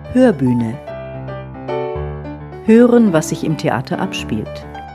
Hörbühne. Hören, was sich im Theater abspielt.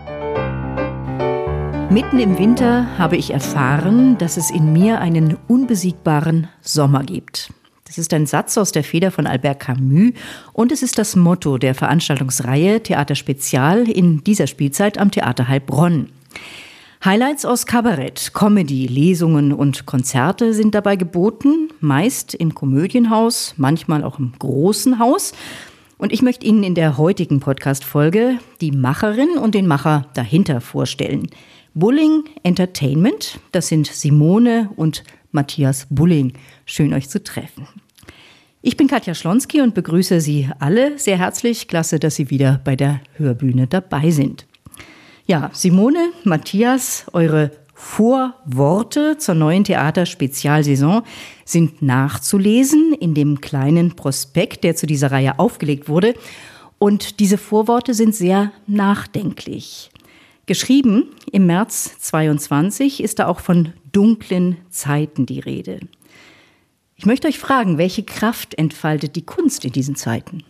Mitten im Winter habe ich erfahren, dass es in mir einen unbesiegbaren Sommer gibt. Das ist ein Satz aus der Feder von Albert Camus und es ist das Motto der Veranstaltungsreihe Theater Spezial in dieser Spielzeit am Theater Heilbronn. Highlights aus Kabarett, Comedy, Lesungen und Konzerte sind dabei geboten, meist im Komödienhaus, manchmal auch im großen Haus. Und ich möchte Ihnen in der heutigen Podcast-Folge die Macherin und den Macher dahinter vorstellen. Bulling Entertainment, das sind Simone und Matthias Bulling. Schön, euch zu treffen. Ich bin Katja Schlonski und begrüße Sie alle sehr herzlich. Klasse, dass Sie wieder bei der Hörbühne dabei sind. Ja, Simone, Matthias, eure Vorworte zur neuen Theater-Spezialsaison sind nachzulesen in dem kleinen Prospekt, der zu dieser Reihe aufgelegt wurde. Und diese Vorworte sind sehr nachdenklich. Geschrieben im März 22 ist da auch von dunklen Zeiten die Rede. Ich möchte euch fragen, welche Kraft entfaltet die Kunst in diesen Zeiten?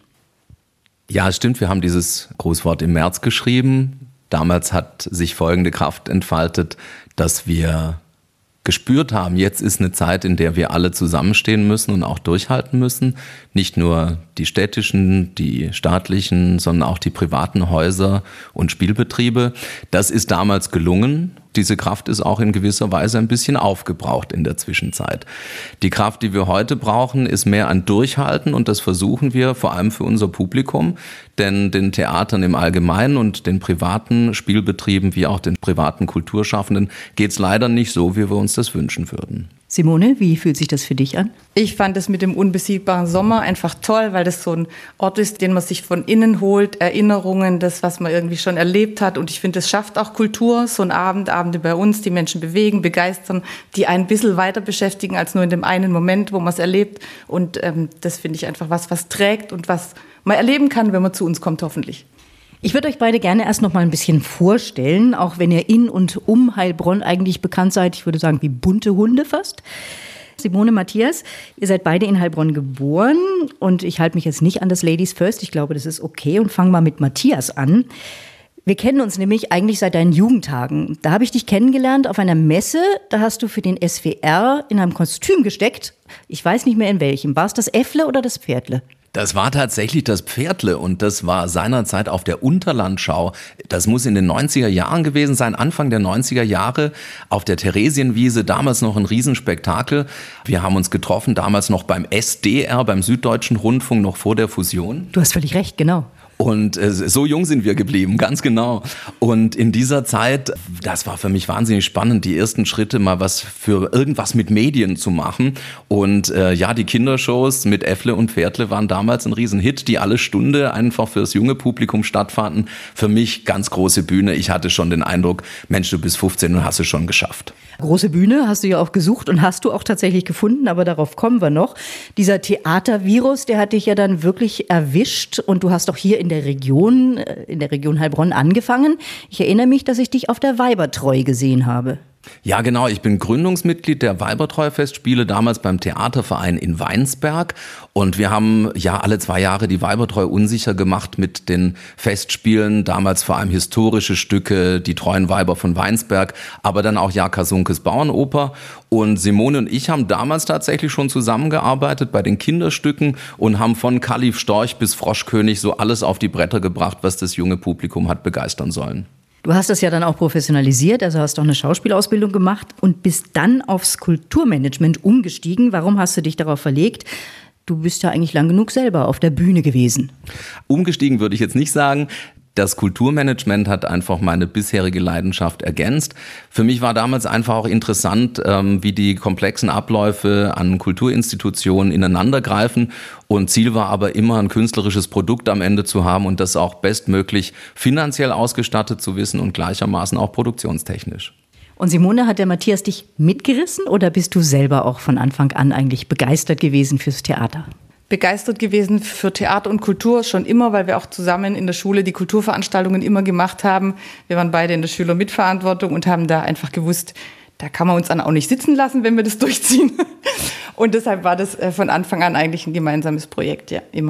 Ja, es stimmt, wir haben dieses Grußwort im März geschrieben. Damals hat sich folgende Kraft entfaltet, dass wir gespürt haben, jetzt ist eine Zeit, in der wir alle zusammenstehen müssen und auch durchhalten müssen. Nicht nur die städtischen, die staatlichen, sondern auch die privaten Häuser und Spielbetriebe. Das ist damals gelungen. Diese Kraft ist auch in gewisser Weise ein bisschen aufgebraucht in der Zwischenzeit. Die Kraft, die wir heute brauchen, ist mehr ein Durchhalten und das versuchen wir vor allem für unser Publikum, denn den Theatern im Allgemeinen und den privaten Spielbetrieben wie auch den privaten Kulturschaffenden geht es leider nicht so, wie wir uns das wünschen würden. Simone, wie fühlt sich das für dich an? Ich fand es mit dem unbesiegbaren Sommer einfach toll, weil das so ein Ort ist, den man sich von innen holt, Erinnerungen, das, was man irgendwie schon erlebt hat. Und ich finde, es schafft auch Kultur, so ein Abende bei uns, die Menschen bewegen, begeistern, die einen ein bisschen weiter beschäftigen als nur in dem einen Moment, wo man es erlebt. Und das finde ich einfach was trägt und was man erleben kann, wenn man zu uns kommt, hoffentlich. Ich würde euch beide gerne erst noch mal ein bisschen vorstellen, auch wenn ihr in und um Heilbronn eigentlich bekannt seid, ich würde sagen wie bunte Hunde fast. Simone, Matthias, ihr seid beide in Heilbronn geboren und ich halte mich jetzt nicht an das Ladies First, ich glaube, das ist okay und fange mal mit Matthias an. Wir kennen uns nämlich eigentlich seit deinen Jugendtagen. Da habe ich dich kennengelernt auf einer Messe, da hast du für den SWR in einem Kostüm gesteckt. Ich weiß nicht mehr in welchem. War es das Äffle oder das Pferdle? Das war tatsächlich das Pferdle und das war seinerzeit auf der Unterlandschau. Das muss in den 90er Jahren gewesen sein, Anfang der 90er Jahre auf der Theresienwiese, damals noch ein Riesenspektakel. Wir haben uns getroffen, damals noch beim SDR, beim Süddeutschen Rundfunk, noch vor der Fusion. Du hast völlig recht, genau. Und so jung sind wir geblieben, ganz genau. Und in dieser Zeit, das war für mich wahnsinnig spannend, die ersten Schritte mal was für irgendwas mit Medien zu machen. Und die Kindershows mit Äffle und Pferdle waren damals ein Riesenhit, die alle Stunde einfach fürs junge Publikum stattfanden. Für mich ganz große Bühne. Ich hatte schon den Eindruck, Mensch, du bist 15 und hast es schon geschafft. Große Bühne hast du ja auch gesucht und hast du auch tatsächlich gefunden, aber darauf kommen wir noch. Dieser Theatervirus, der hat dich ja dann wirklich erwischt und du hast auch hier in der Region Heilbronn angefangen. Ich erinnere mich, dass ich dich auf der Weibertreu gesehen habe. Ja, genau. Ich bin Gründungsmitglied der Weibertreu-Festspiele, damals beim Theaterverein in Weinsberg. Und wir haben ja alle 2 Jahre die Weibertreu unsicher gemacht mit den Festspielen. Damals vor allem historische Stücke, die treuen Weiber von Weinsberg, aber dann auch Kazunkes Bauernoper. Und Simone und ich haben damals tatsächlich schon zusammengearbeitet bei den Kinderstücken und haben von Kalif Storch bis Froschkönig so alles auf die Bretter gebracht, was das junge Publikum hat begeistern sollen. Du hast das ja dann auch professionalisiert, also hast auch eine Schauspielausbildung gemacht und bist dann aufs Kulturmanagement umgestiegen. Warum hast du dich darauf verlegt? Du bist ja eigentlich lang genug selber auf der Bühne gewesen. Umgestiegen würde ich jetzt nicht sagen. Das Kulturmanagement hat einfach meine bisherige Leidenschaft ergänzt. Für mich war damals einfach auch interessant, wie die komplexen Abläufe an Kulturinstitutionen ineinandergreifen. Und Ziel war aber immer, ein künstlerisches Produkt am Ende zu haben und das auch bestmöglich finanziell ausgestattet zu wissen und gleichermaßen auch produktionstechnisch. Und Simone, hat der Matthias dich mitgerissen oder bist du selber auch von Anfang an eigentlich begeistert gewesen fürs Theater? Begeistert gewesen für Theater und Kultur schon immer, weil wir auch zusammen in der Schule die Kulturveranstaltungen immer gemacht haben. Wir waren beide in der Schülermitverantwortung und haben da einfach gewusst, da kann man uns dann auch nicht sitzen lassen, wenn wir das durchziehen. Und deshalb war das von Anfang an eigentlich ein gemeinsames Projekt, ja, immer.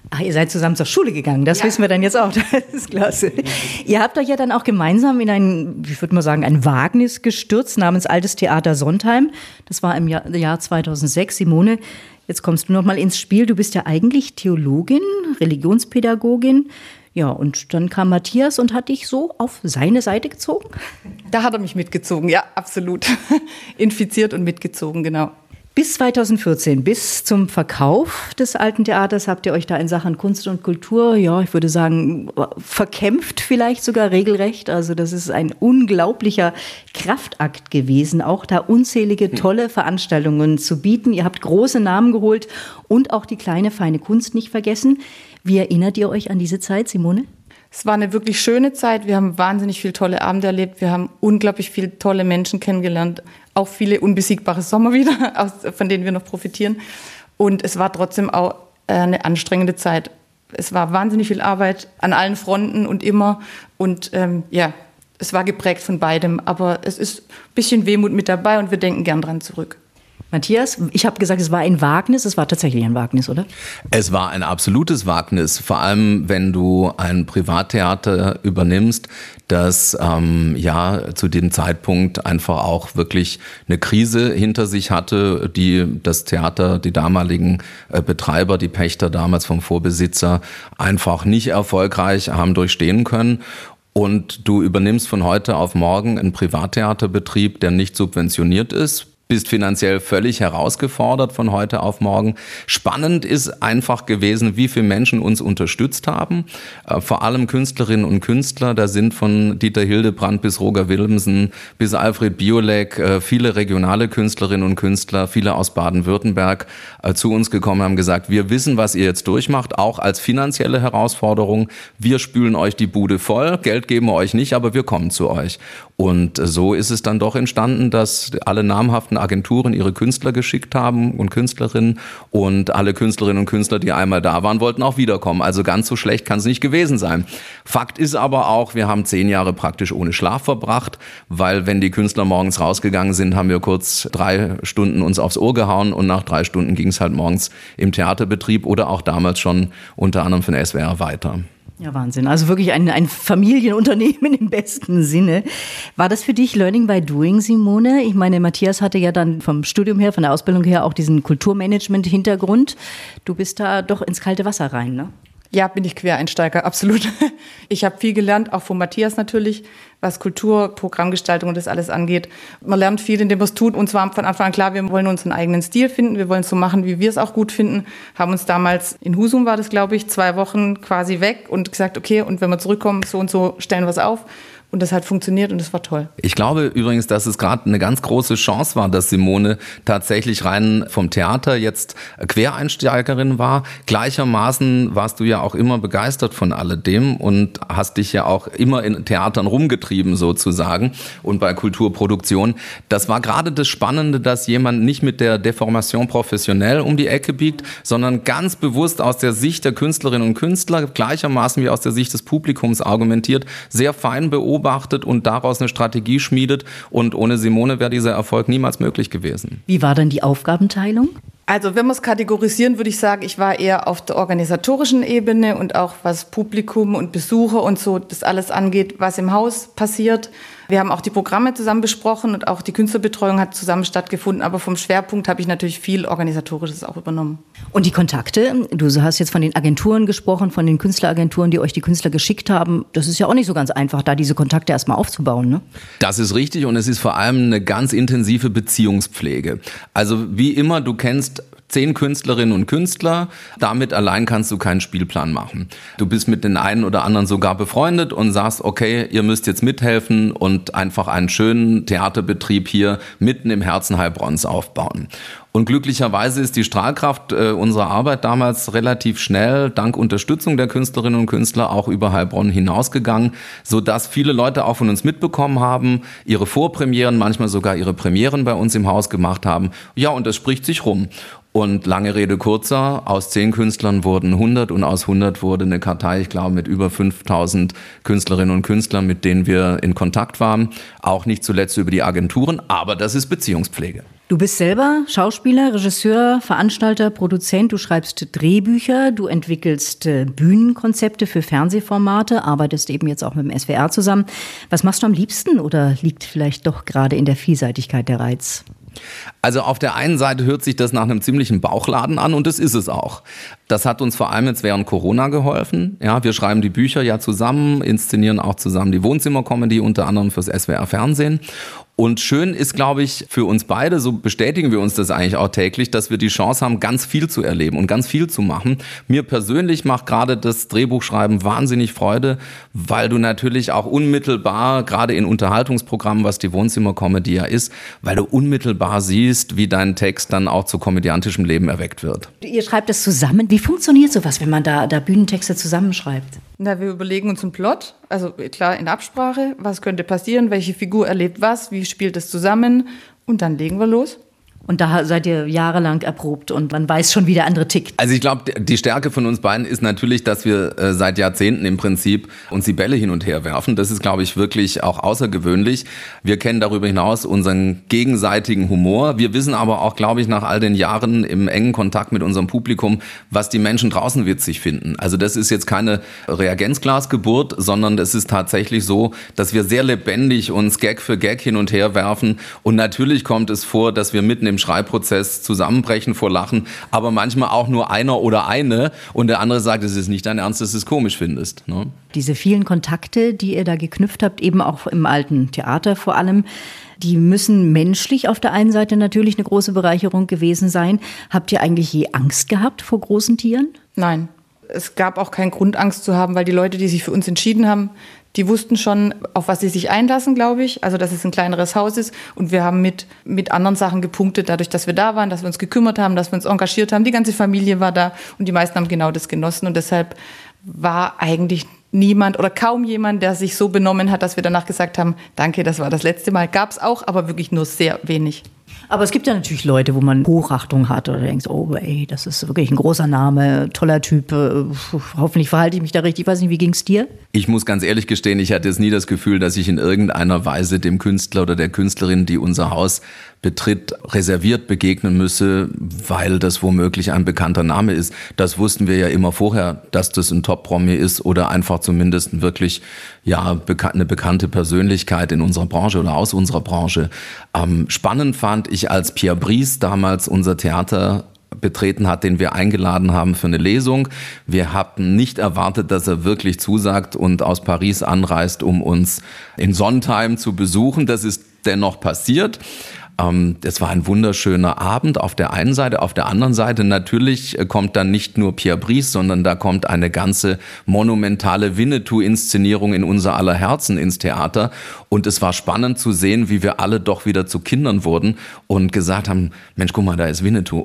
Ach, ihr seid zusammen zur Schule gegangen, das wissen wir dann jetzt auch, das ist klasse. Ihr habt euch ja dann auch gemeinsam in ein, ich würde mal sagen, ein Wagnis gestürzt namens Altes Theater Sontheim. Das war im Jahr 2006. Simone, jetzt kommst du noch mal ins Spiel. Du bist ja eigentlich Theologin, Religionspädagogin. Ja, und dann kam Matthias und hat dich so auf seine Seite gezogen? Da hat er mich mitgezogen, ja, absolut. Infiziert und mitgezogen, genau. Bis 2014, bis zum Verkauf des Alten Theaters, habt ihr euch da in Sachen Kunst und Kultur, ja, ich würde sagen, verkämpft vielleicht sogar regelrecht. Also das ist ein unglaublicher Kraftakt gewesen, auch da unzählige tolle Veranstaltungen zu bieten. Ihr habt große Namen geholt und auch die kleine, feine Kunst nicht vergessen. Wie erinnert ihr euch an diese Zeit, Simone? Es war eine wirklich schöne Zeit. Wir haben wahnsinnig viele tolle Abende erlebt. Wir haben unglaublich viele tolle Menschen kennengelernt. Auch viele unbesiegbare Sommer wieder, von denen wir noch profitieren. Und es war trotzdem auch eine anstrengende Zeit. Es war wahnsinnig viel Arbeit an allen Fronten und immer. Und es war geprägt von beidem. Aber es ist ein bisschen Wehmut mit dabei und wir denken gern dran zurück. Matthias, ich habe gesagt, es war ein Wagnis. Es war tatsächlich ein Wagnis, oder? Es war ein absolutes Wagnis, vor allem wenn du ein Privattheater übernimmst, das zu dem Zeitpunkt einfach auch wirklich eine Krise hinter sich hatte, die das Theater, die damaligen Betreiber, die Pächter damals vom Vorbesitzer einfach nicht erfolgreich haben durchstehen können. Und du übernimmst von heute auf morgen einen Privattheaterbetrieb, der nicht subventioniert ist, bist finanziell völlig herausgefordert von heute auf morgen. Spannend ist einfach gewesen, wie viele Menschen uns unterstützt haben. Vor allem Künstlerinnen und Künstler. Da sind von Dieter Hildebrand bis Roger Willemsen bis Alfred Biolek viele regionale Künstlerinnen und Künstler, viele aus Baden-Württemberg zu uns gekommen, haben gesagt, wir wissen, was ihr jetzt durchmacht, auch als finanzielle Herausforderung. Wir spülen euch die Bude voll, Geld geben wir euch nicht, aber wir kommen zu euch. Und so ist es dann doch entstanden, dass alle namhaften Agenturen ihre Künstler geschickt haben und Künstlerinnen und alle Künstlerinnen und Künstler, die einmal da waren, wollten auch wiederkommen. Also ganz so schlecht kann es nicht gewesen sein. Fakt ist aber auch, wir haben 10 Jahre praktisch ohne Schlaf verbracht, weil wenn die Künstler morgens rausgegangen sind, haben wir kurz 3 Stunden uns aufs Ohr gehauen und nach 3 Stunden ging es halt morgens im Theaterbetrieb oder auch damals schon unter anderem für den SWR weiter. Ja, Wahnsinn. Also wirklich ein Familienunternehmen im besten Sinne. War das für dich Learning by Doing, Simone? Ich meine, Matthias hatte ja dann vom Studium her, von der Ausbildung her auch diesen Kulturmanagement-Hintergrund. Du bist da doch ins kalte Wasser rein, ne? Ja, bin ich Quereinsteiger, absolut. Ich habe viel gelernt, auch von Matthias natürlich, was Kultur, Programmgestaltung und das alles angeht. Man lernt viel, indem man es tut. Und zwar von Anfang an klar, wir wollen unseren eigenen Stil finden. Wir wollen es so machen, wie wir es auch gut finden. Haben uns damals, in Husum war das, glaube ich, 2 Wochen quasi weg und gesagt, okay, und wenn wir zurückkommen, so und so stellen wir es auf. Und das hat funktioniert und das war toll. Ich glaube übrigens, dass es gerade eine ganz große Chance war, dass Simone tatsächlich rein vom Theater jetzt Quereinsteigerin war. Gleichermaßen warst du ja auch immer begeistert von alledem und hast dich ja auch immer in Theatern rumgetrieben sozusagen und bei Kulturproduktion. Das war gerade das Spannende, dass jemand nicht mit der Deformation professionell um die Ecke biegt, sondern ganz bewusst aus der Sicht der Künstlerinnen und Künstler, gleichermaßen wie aus der Sicht des Publikums argumentiert, sehr fein beobachtet und daraus eine Strategie schmiedet. Und ohne Simone wäre dieser Erfolg niemals möglich gewesen. Wie war dann die Aufgabenteilung? Also wenn wir es kategorisieren, würde ich sagen, ich war eher auf der organisatorischen Ebene und auch was Publikum und Besucher und so das alles angeht, was im Haus passiert. Wir haben auch die Programme zusammen besprochen und auch die Künstlerbetreuung hat zusammen stattgefunden. Aber vom Schwerpunkt habe ich natürlich viel Organisatorisches auch übernommen. Und die Kontakte? Du hast jetzt von den Agenturen gesprochen, von den Künstleragenturen, die euch die Künstler geschickt haben. Das ist ja auch nicht so ganz einfach, da diese Kontakte erstmal aufzubauen, ne? Das ist richtig und es ist vor allem eine ganz intensive Beziehungspflege. Also wie immer, du kennst 10 Künstlerinnen und Künstler, damit allein kannst du keinen Spielplan machen. Du bist mit den einen oder anderen sogar befreundet und sagst, okay, ihr müsst jetzt mithelfen und einfach einen schönen Theaterbetrieb hier mitten im Herzen Heilbronns aufbauen. Und glücklicherweise ist die Strahlkraft unserer Arbeit damals relativ schnell, dank Unterstützung der Künstlerinnen und Künstler, auch über Heilbronn hinausgegangen, sodass viele Leute auch von uns mitbekommen haben, ihre Vorpremieren, manchmal sogar ihre Premieren bei uns im Haus gemacht haben. Ja, und das spricht sich rum. Und lange Rede kurzer, aus 10 Künstlern wurden 100 und aus 100 wurde eine Kartei, ich glaube, mit über 5000 Künstlerinnen und Künstlern, mit denen wir in Kontakt waren. Auch nicht zuletzt über die Agenturen, aber das ist Beziehungspflege. Du bist selber Schauspieler, Regisseur, Veranstalter, Produzent. Du schreibst Drehbücher, du entwickelst Bühnenkonzepte für Fernsehformate, arbeitest eben jetzt auch mit dem SWR zusammen. Was machst du am liebsten oder liegt vielleicht doch gerade in der Vielseitigkeit der Reiz? Also auf der einen Seite hört sich das nach einem ziemlichen Bauchladen an und das ist es auch. Das hat uns vor allem jetzt während Corona geholfen. Ja, wir schreiben die Bücher ja zusammen, inszenieren auch zusammen die Wohnzimmercomedy, unter anderem fürs SWR Fernsehen. Und schön ist, glaube ich, für uns beide, so bestätigen wir uns das eigentlich auch täglich, dass wir die Chance haben, ganz viel zu erleben und ganz viel zu machen. Mir persönlich macht gerade das Drehbuchschreiben wahnsinnig Freude, weil du natürlich auch unmittelbar, gerade in Unterhaltungsprogrammen, was die Wohnzimmercomedy ja ist, weil du unmittelbar siehst, wie dein Text dann auch zu komödiantischem Leben erweckt wird. Ihr schreibt das zusammen. Wie funktioniert sowas, wenn man da Bühnentexte zusammenschreibt? Na, wir überlegen uns einen Plot, also klar in Absprache, was könnte passieren, welche Figur erlebt was, wie spielt es zusammen und dann legen wir los. Und da seid ihr jahrelang erprobt und man weiß schon, wie der andere tickt. Also ich glaube, die Stärke von uns beiden ist natürlich, dass wir seit Jahrzehnten im Prinzip uns die Bälle hin und her werfen. Das ist, glaube ich, wirklich auch außergewöhnlich. Wir kennen darüber hinaus unseren gegenseitigen Humor. Wir wissen aber auch, glaube ich, nach all den Jahren im engen Kontakt mit unserem Publikum, was die Menschen draußen witzig finden. Also das ist jetzt keine Reagenzglasgeburt, sondern es ist tatsächlich so, dass wir sehr lebendig uns Gag für Gag hin und her werfen. Und natürlich kommt es vor, dass wir mitten im Schreibprozess zusammenbrechen vor Lachen, aber manchmal auch nur einer oder eine und der andere sagt, es ist nicht dein Ernst, dass du es komisch findest. Ne? Diese vielen Kontakte, die ihr da geknüpft habt, eben auch im alten Theater vor allem, die müssen menschlich auf der einen Seite natürlich eine große Bereicherung gewesen sein. Habt ihr eigentlich je Angst gehabt vor großen Tieren? Nein, es gab auch keinen Grund, Angst zu haben, weil die Leute, die sich für uns entschieden haben, die wussten schon, auf was sie sich einlassen, glaube ich. Also, dass es ein kleineres Haus ist. Und wir haben mit anderen Sachen gepunktet, dadurch, dass wir da waren, dass wir uns gekümmert haben, dass wir uns engagiert haben. Die ganze Familie war da und die meisten haben genau das genossen. Und deshalb war eigentlich niemand oder kaum jemand, der sich so benommen hat, dass wir danach gesagt haben, danke, das war das letzte Mal. Gab es auch, aber wirklich nur sehr wenig. Aber es gibt ja natürlich Leute, wo man Hochachtung hat oder denkst, oh ey, das ist wirklich ein großer Name, toller Typ, hoffentlich verhalte ich mich da richtig. Ich weiß nicht, wie ging es dir? Ich muss ganz ehrlich gestehen, ich hatte jetzt nie das Gefühl, dass ich in irgendeiner Weise dem Künstler oder der Künstlerin, die unser Haus betritt, reserviert begegnen müsse, weil das womöglich ein bekannter Name ist. Das wussten wir ja immer vorher, dass das ein Top-Promi ist oder einfach zumindest wirklich eine bekannte Persönlichkeit in unserer Branche oder aus unserer Branche. Spannend fand ich, als Pierre Brice damals unser Theater betreten hat, den wir eingeladen haben für eine Lesung. Wir hatten nicht erwartet, dass er wirklich zusagt und aus Paris anreist, um uns in Sondheim zu besuchen. Das ist dennoch passiert. Es war ein wunderschöner Abend auf der einen Seite. Auf der anderen Seite natürlich kommt dann nicht nur Pierre Brice, sondern da kommt eine ganze monumentale Winnetou-Inszenierung in unser aller Herzen ins Theater. Und es war spannend zu sehen, wie wir alle doch wieder zu Kindern wurden und gesagt haben, Mensch, guck mal, da ist Winnetou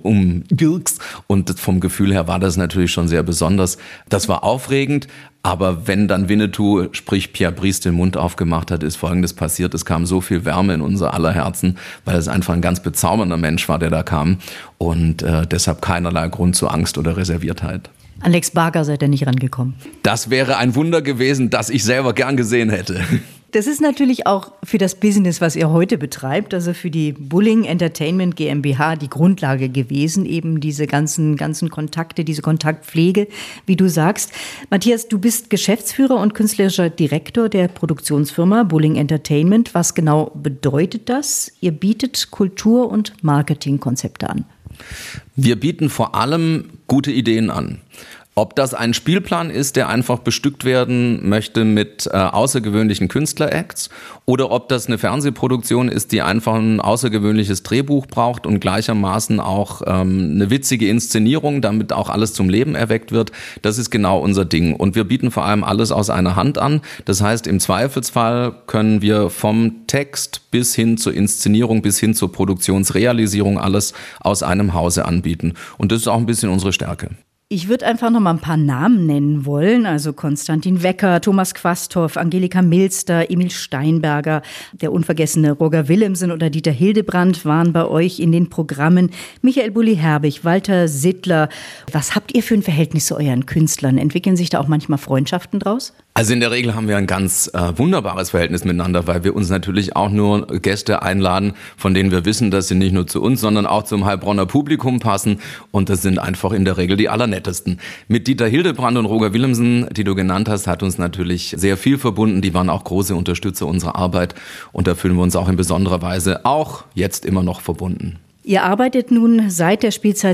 Und vom Gefühl her war das natürlich schon sehr besonders. Das war aufregend. Aber wenn dann Winnetou, sprich Pierre Brice, den Mund aufgemacht hat, ist Folgendes passiert. Es kam so viel Wärme in unser aller Herzen, weil es einfach ein ganz bezaubernder Mensch war, der da kam. Und deshalb keinerlei Grund zur Angst oder Reserviertheit. An Lex Barker seid ihr nicht rangekommen. Das wäre ein Wunder gewesen, das ich selber gern gesehen hätte. Das ist natürlich auch für das Business, was ihr heute betreibt, also für die Bulling Entertainment GmbH die Grundlage gewesen, eben diese ganzen Kontakte, diese Kontaktpflege, wie du sagst. Matthias, du bist Geschäftsführer und künstlerischer Direktor der Produktionsfirma Bulling Entertainment. Was genau bedeutet das? Ihr bietet Kultur- und Marketingkonzepte an. Wir bieten vor allem gute Ideen an. Ob das ein Spielplan ist, der einfach bestückt werden möchte mit außergewöhnlichen Künstleracts, oder ob das eine Fernsehproduktion ist, die einfach ein außergewöhnliches Drehbuch braucht und gleichermaßen auch eine witzige Inszenierung, damit auch alles zum Leben erweckt wird, das ist genau unser Ding. Und wir bieten vor allem alles aus einer Hand an. Das heißt, im Zweifelsfall können wir vom Text bis hin zur Inszenierung, bis hin zur Produktionsrealisierung alles aus einem Hause anbieten. Und das ist auch ein bisschen unsere Stärke. Ich würde einfach noch mal ein paar Namen nennen wollen. Also Konstantin Wecker, Thomas Quasthoff, Angelika Milster, Emil Steinberger, der unvergessene Roger Willemsen oder Dieter Hildebrandt waren bei euch in den Programmen. Michael Bulli-Herbig, Walter Sittler. Was habt ihr für ein Verhältnis zu euren Künstlern? Entwickeln sich da auch manchmal Freundschaften draus? Also in der Regel haben wir ein ganz wunderbares Verhältnis miteinander, weil wir uns natürlich auch nur Gäste einladen, von denen wir wissen, dass sie nicht nur zu uns, sondern auch zum Heilbronner Publikum passen. Und das sind einfach in der Regel die allernettesten. Mit Dieter Hildebrand und Roger Willemsen, die du genannt hast, hat uns natürlich sehr viel verbunden. Die waren auch große Unterstützer unserer Arbeit. Und da fühlen wir uns auch in besonderer Weise auch jetzt immer noch verbunden. Ihr arbeitet nun seit der Spielzeit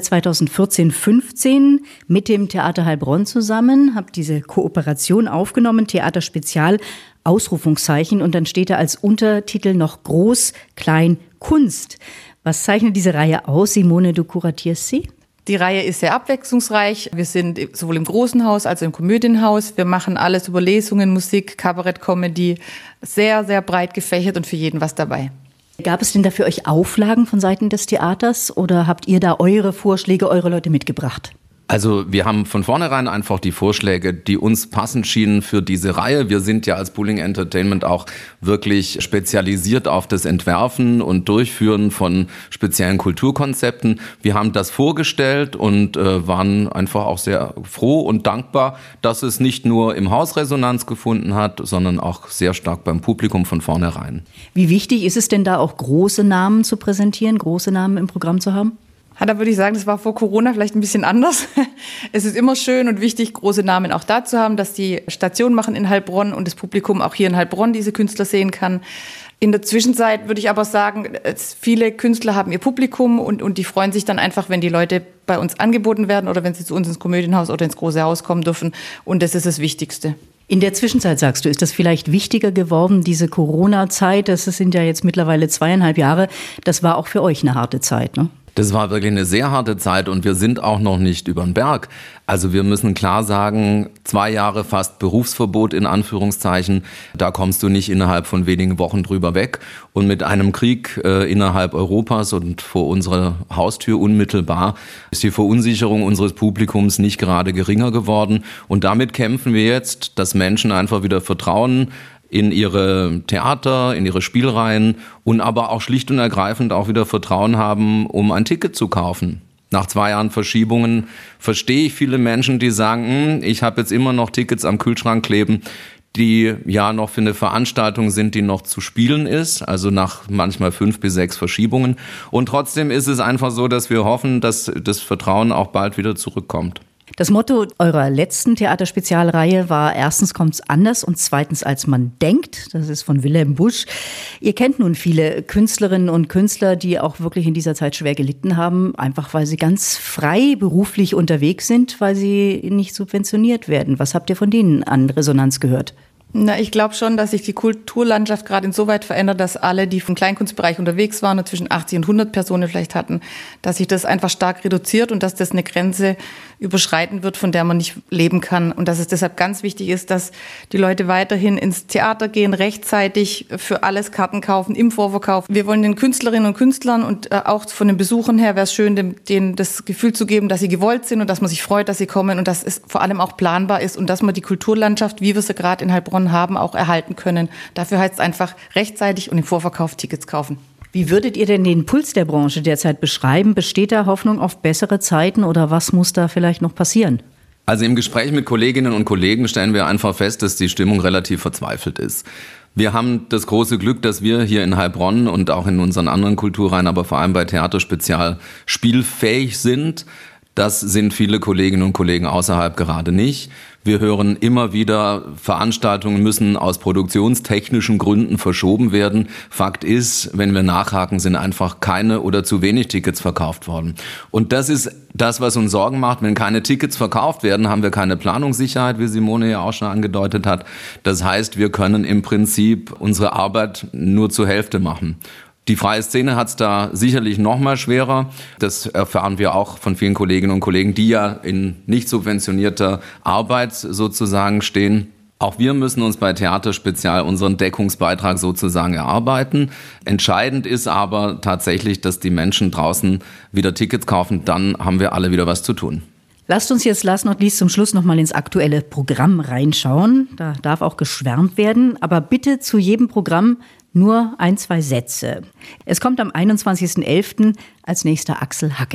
2014-15 mit dem Theater Heilbronn zusammen, habt diese Kooperation aufgenommen, Theater Spezial, Ausrufungszeichen, und dann steht da als Untertitel noch Groß, Klein, Kunst. Was zeichnet diese Reihe aus? Simone, du kuratierst sie? Die Reihe ist sehr abwechslungsreich. Wir sind sowohl im Großen Haus als auch im Komödienhaus. Wir machen alles über Lesungen, Musik, Kabarett, Comedy. Sehr, sehr breit gefächert und für jeden was dabei. Gab es denn da für euch Auflagen von Seiten des Theaters oder habt ihr da eure Vorschläge, eure Leute mitgebracht? Also wir haben von vornherein einfach die Vorschläge, die uns passend schienen für diese Reihe. Wir sind ja als Pooling Entertainment auch wirklich spezialisiert auf das Entwerfen und Durchführen von speziellen Kulturkonzepten. Wir haben das vorgestellt und waren einfach auch sehr froh und dankbar, dass es nicht nur im Haus Resonanz gefunden hat, sondern auch sehr stark beim Publikum von vornherein. Wie wichtig ist es denn da auch große Namen zu präsentieren, große Namen im Programm zu haben? Da würde ich sagen, das war vor Corona vielleicht ein bisschen anders. Es ist immer schön und wichtig, große Namen auch da zu haben, dass die Station machen in Heilbronn und das Publikum auch hier in Heilbronn diese Künstler sehen kann. In der Zwischenzeit würde ich aber sagen, viele Künstler haben ihr Publikum und die freuen sich dann einfach, wenn die Leute bei uns angeboten werden oder wenn sie zu uns ins Komödienhaus oder ins Große Haus kommen dürfen. Und das ist das Wichtigste. In der Zwischenzeit, sagst du, ist das vielleicht wichtiger geworden, diese Corona-Zeit? Das sind ja jetzt mittlerweile 2,5 Jahre. Das war auch für euch eine harte Zeit, ne? Das war wirklich eine sehr harte Zeit und wir sind auch noch nicht über den Berg. Also wir müssen klar sagen, 2 Jahre fast Berufsverbot in Anführungszeichen, da kommst du nicht innerhalb von wenigen Wochen drüber weg. Und mit einem Krieg innerhalb Europas und vor unserer Haustür unmittelbar ist die Verunsicherung unseres Publikums nicht gerade geringer geworden. Und damit kämpfen wir jetzt, dass Menschen einfach wieder vertrauen in ihre Theater, in ihre Spielreihen und aber auch schlicht und ergreifend auch wieder Vertrauen haben, um ein Ticket zu kaufen. Nach 2 Jahren Verschiebungen verstehe ich viele Menschen, die sagen, ich habe jetzt immer noch Tickets am Kühlschrank kleben, die ja noch für eine Veranstaltung sind, die noch zu spielen ist, also nach manchmal 5 bis 6 Verschiebungen. Und trotzdem ist es einfach so, dass wir hoffen, dass das Vertrauen auch bald wieder zurückkommt. Das Motto eurer letzten Theaterspezialreihe war: erstens kommt's anders und zweitens als man denkt. Das ist von Wilhelm Busch. Ihr kennt nun viele Künstlerinnen und Künstler, die auch wirklich in dieser Zeit schwer gelitten haben, einfach weil sie ganz frei beruflich unterwegs sind, weil sie nicht subventioniert werden. Was habt ihr von denen an Resonanz gehört? Ich glaube schon, dass sich die Kulturlandschaft gerade insoweit verändert, dass alle, die vom Kleinkunstbereich unterwegs waren und zwischen 80 und 100 Personen vielleicht hatten, dass sich das einfach stark reduziert und dass das eine Grenze überschreiten wird, von der man nicht leben kann. Und dass es deshalb ganz wichtig ist, dass die Leute weiterhin ins Theater gehen, rechtzeitig für alles Karten kaufen, im Vorverkauf. Wir wollen den Künstlerinnen und Künstlern und auch von den Besuchern her wäre es schön, denen das Gefühl zu geben, dass sie gewollt sind und dass man sich freut, dass sie kommen und dass es vor allem auch planbar ist und dass man die Kulturlandschaft, wie wir sie gerade in Heilbronn haben, auch erhalten können. Dafür heißt es einfach rechtzeitig und im Vorverkauf Tickets kaufen. Wie würdet ihr denn den Puls der Branche derzeit beschreiben? Besteht da Hoffnung auf bessere Zeiten oder was muss da vielleicht noch passieren? Also im Gespräch mit Kolleginnen und Kollegen stellen wir einfach fest, dass die Stimmung relativ verzweifelt ist. Wir haben das große Glück, dass wir hier in Heilbronn und auch in unseren anderen Kulturreihen, aber vor allem bei Theater Spezial spielfähig sind. Das sind viele Kolleginnen und Kollegen außerhalb gerade nicht. Wir hören immer wieder, Veranstaltungen müssen aus produktionstechnischen Gründen verschoben werden. Fakt ist, wenn wir nachhaken, sind einfach keine oder zu wenig Tickets verkauft worden. Und das ist das, was uns Sorgen macht. Wenn keine Tickets verkauft werden, haben wir keine Planungssicherheit, wie Simone ja auch schon angedeutet hat. Das heißt, wir können im Prinzip unsere Arbeit nur zur Hälfte machen. Die freie Szene hat es da sicherlich noch mal schwerer. Das erfahren wir auch von vielen Kolleginnen und Kollegen, die ja in nicht subventionierter Arbeit sozusagen stehen. Auch wir müssen uns bei Theater Spezial unseren Deckungsbeitrag sozusagen erarbeiten. Entscheidend ist aber tatsächlich, dass die Menschen draußen wieder Tickets kaufen. Dann haben wir alle wieder was zu tun. Lasst uns jetzt last not least zum Schluss noch mal ins aktuelle Programm reinschauen. Da darf auch geschwärmt werden, aber bitte zu jedem Programm nur 1, 2 Sätze. Es kommt am 21.11. als nächster Axel Hacke.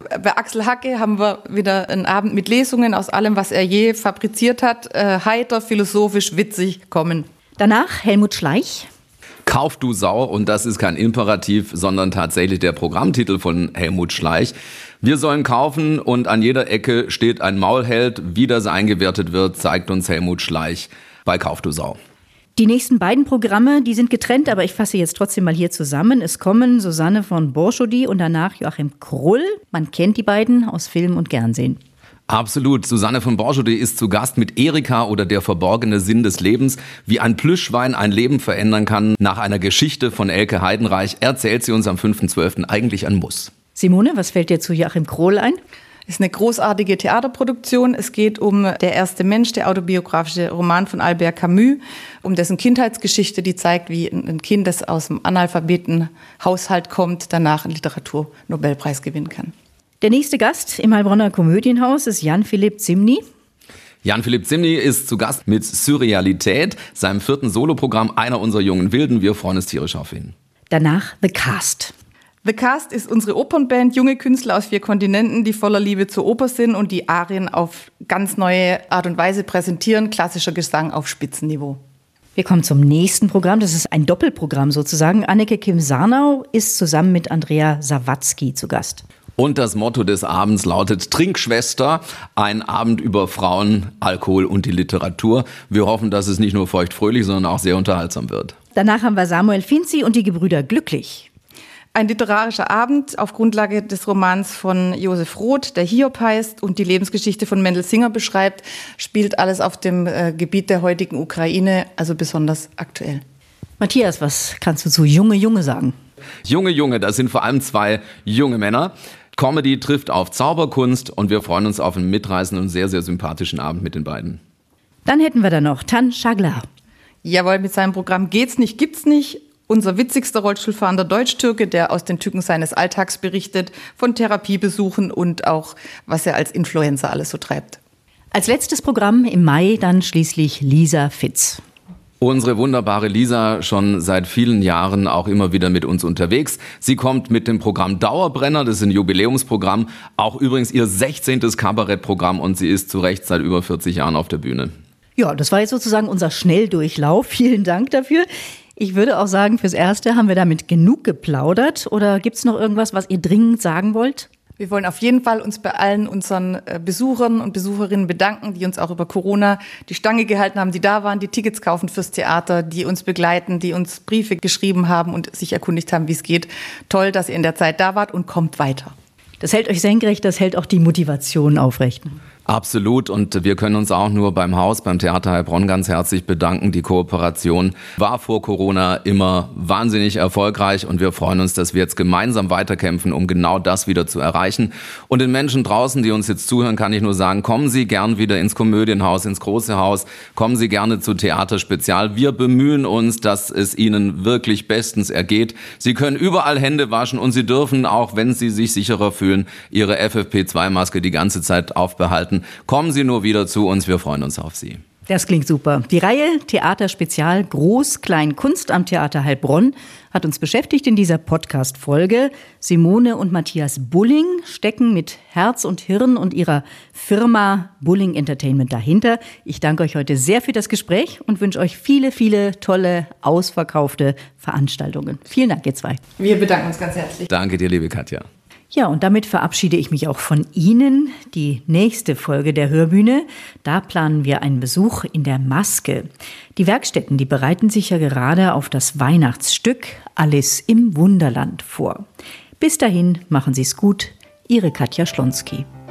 Bei Axel Hacke haben wir wieder einen Abend mit Lesungen aus allem, was er je fabriziert hat. Heiter, philosophisch, witzig, kommen. Danach Helmut Schleich. Kauf du Sau, und das ist kein Imperativ, sondern tatsächlich der Programmtitel von Helmut Schleich. Wir sollen kaufen und an jeder Ecke steht ein Maulheld. Wie das eingewertet wird, zeigt uns Helmut Schleich bei Kauf du Sau. Die nächsten beiden Programme, die sind getrennt, aber ich fasse jetzt trotzdem mal hier zusammen. Es kommen Susanne von Borschody und danach Joachim Krull. Man kennt die beiden aus Film und Fernsehen. Absolut. Susanne von Borschody ist zu Gast mit Erika oder der verborgene Sinn des Lebens. Wie ein Plüschschwein ein Leben verändern kann. Nach einer Geschichte von Elke Heidenreich erzählt sie uns am 5.12. eigentlich ein Muss. Simone, was fällt dir zu Joachim Krull ein? Ist eine großartige Theaterproduktion. Es geht um Der erste Mensch, der autobiografische Roman von Albert Camus, um dessen Kindheitsgeschichte, die zeigt, wie ein Kind, das aus einem Analphabetenhaushalt kommt, danach einen Literaturnobelpreis gewinnen kann. Der nächste Gast im Heilbronner Komödienhaus ist Jan-Philipp Zimny. Jan-Philipp Zimny ist zu Gast mit Surrealität, seinem 4. Soloprogramm, einer unserer jungen Wilden. Wir freuen uns tierisch auf ihn. Danach The Cast. The Cast ist unsere Opernband, junge Künstler aus 4 Kontinenten, die voller Liebe zur Oper sind und die Arien auf ganz neue Art und Weise präsentieren. Klassischer Gesang auf Spitzenniveau. Wir kommen zum nächsten Programm. Das ist ein Doppelprogramm sozusagen. Anneke Kim-Sarnau ist zusammen mit Andrea Sawatzki zu Gast. Und das Motto des Abends lautet Trinkschwester, ein Abend über Frauen, Alkohol und die Literatur. Wir hoffen, dass es nicht nur feuchtfröhlich, sondern auch sehr unterhaltsam wird. Danach haben wir Samuel Finzi und die Gebrüder Glücklich. Ein literarischer Abend auf Grundlage des Romans von Josef Roth, der Hiob heißt und die Lebensgeschichte von Mendel Singer beschreibt, spielt alles auf dem Gebiet der heutigen Ukraine, also besonders aktuell. Matthias, was kannst du zu Junge sagen? Junge, das sind vor allem 2 junge Männer. Comedy trifft auf Zauberkunst und wir freuen uns auf einen mitreißenden und sehr, sehr sympathischen Abend mit den beiden. Dann hätten wir da noch Tan Şaglar. Jawohl, mit seinem Programm Geht's nicht, gibt's nicht. Unser witzigster Rollstuhlfahrender Deutsch-Türke, der aus den Tücken seines Alltags berichtet, von Therapiebesuchen und auch, was er als Influencer alles so treibt. Als letztes Programm im Mai dann schließlich Lisa Fitz. Unsere wunderbare Lisa, schon seit vielen Jahren auch immer wieder mit uns unterwegs. Sie kommt mit dem Programm Dauerbrenner, das ist ein Jubiläumsprogramm, auch übrigens ihr 16. Kabarettprogramm und sie ist zu Recht seit über 40 Jahren auf der Bühne. Ja, das war jetzt sozusagen unser Schnelldurchlauf. Vielen Dank dafür. Ich würde auch sagen, fürs Erste haben wir damit genug geplaudert. Oder gibt es noch irgendwas, was ihr dringend sagen wollt? Wir wollen auf jeden Fall uns bei allen unseren Besuchern und Besucherinnen bedanken, die uns auch über Corona die Stange gehalten haben, die da waren, die Tickets kaufen fürs Theater, die uns begleiten, die uns Briefe geschrieben haben und sich erkundigt haben, wie es geht. Toll, dass ihr in der Zeit da wart und kommt weiter. Das hält euch senkrecht, das hält auch die Motivation aufrecht. Absolut, und wir können uns auch nur beim Haus, beim Theater Heilbronn ganz herzlich bedanken. Die Kooperation war vor Corona immer wahnsinnig erfolgreich und wir freuen uns, dass wir jetzt gemeinsam weiterkämpfen, um genau das wieder zu erreichen. Und den Menschen draußen, die uns jetzt zuhören, kann ich nur sagen, kommen Sie gern wieder ins Komödienhaus, ins große Haus, kommen Sie gerne zu Theater Spezial. Wir bemühen uns, dass es Ihnen wirklich bestens ergeht. Sie können überall Hände waschen und Sie dürfen, auch wenn Sie sich sicherer fühlen, Ihre FFP2-Maske die ganze Zeit aufbehalten. Kommen Sie nur wieder zu uns, wir freuen uns auf Sie. Das klingt super. Die Reihe Theater Spezial Groß, Klein, Kunst am Theater Heilbronn hat uns beschäftigt in dieser Podcast-Folge. Simone und Matthias Bulling stecken mit Herz und Hirn und ihrer Firma Bulling Entertainment dahinter. Ich danke euch heute sehr für das Gespräch und wünsche euch viele, viele tolle, ausverkaufte Veranstaltungen. Vielen Dank, ihr 2. Wir bedanken uns ganz herzlich. Danke dir, liebe Katja. Ja, und damit verabschiede ich mich auch von Ihnen. Die nächste Folge der Hörbühne, da planen wir einen Besuch in der Maske. Die Werkstätten, die bereiten sich ja gerade auf das Weihnachtsstück Alice im Wunderland vor. Bis dahin, machen Sie es gut. Ihre Katja Schlonski.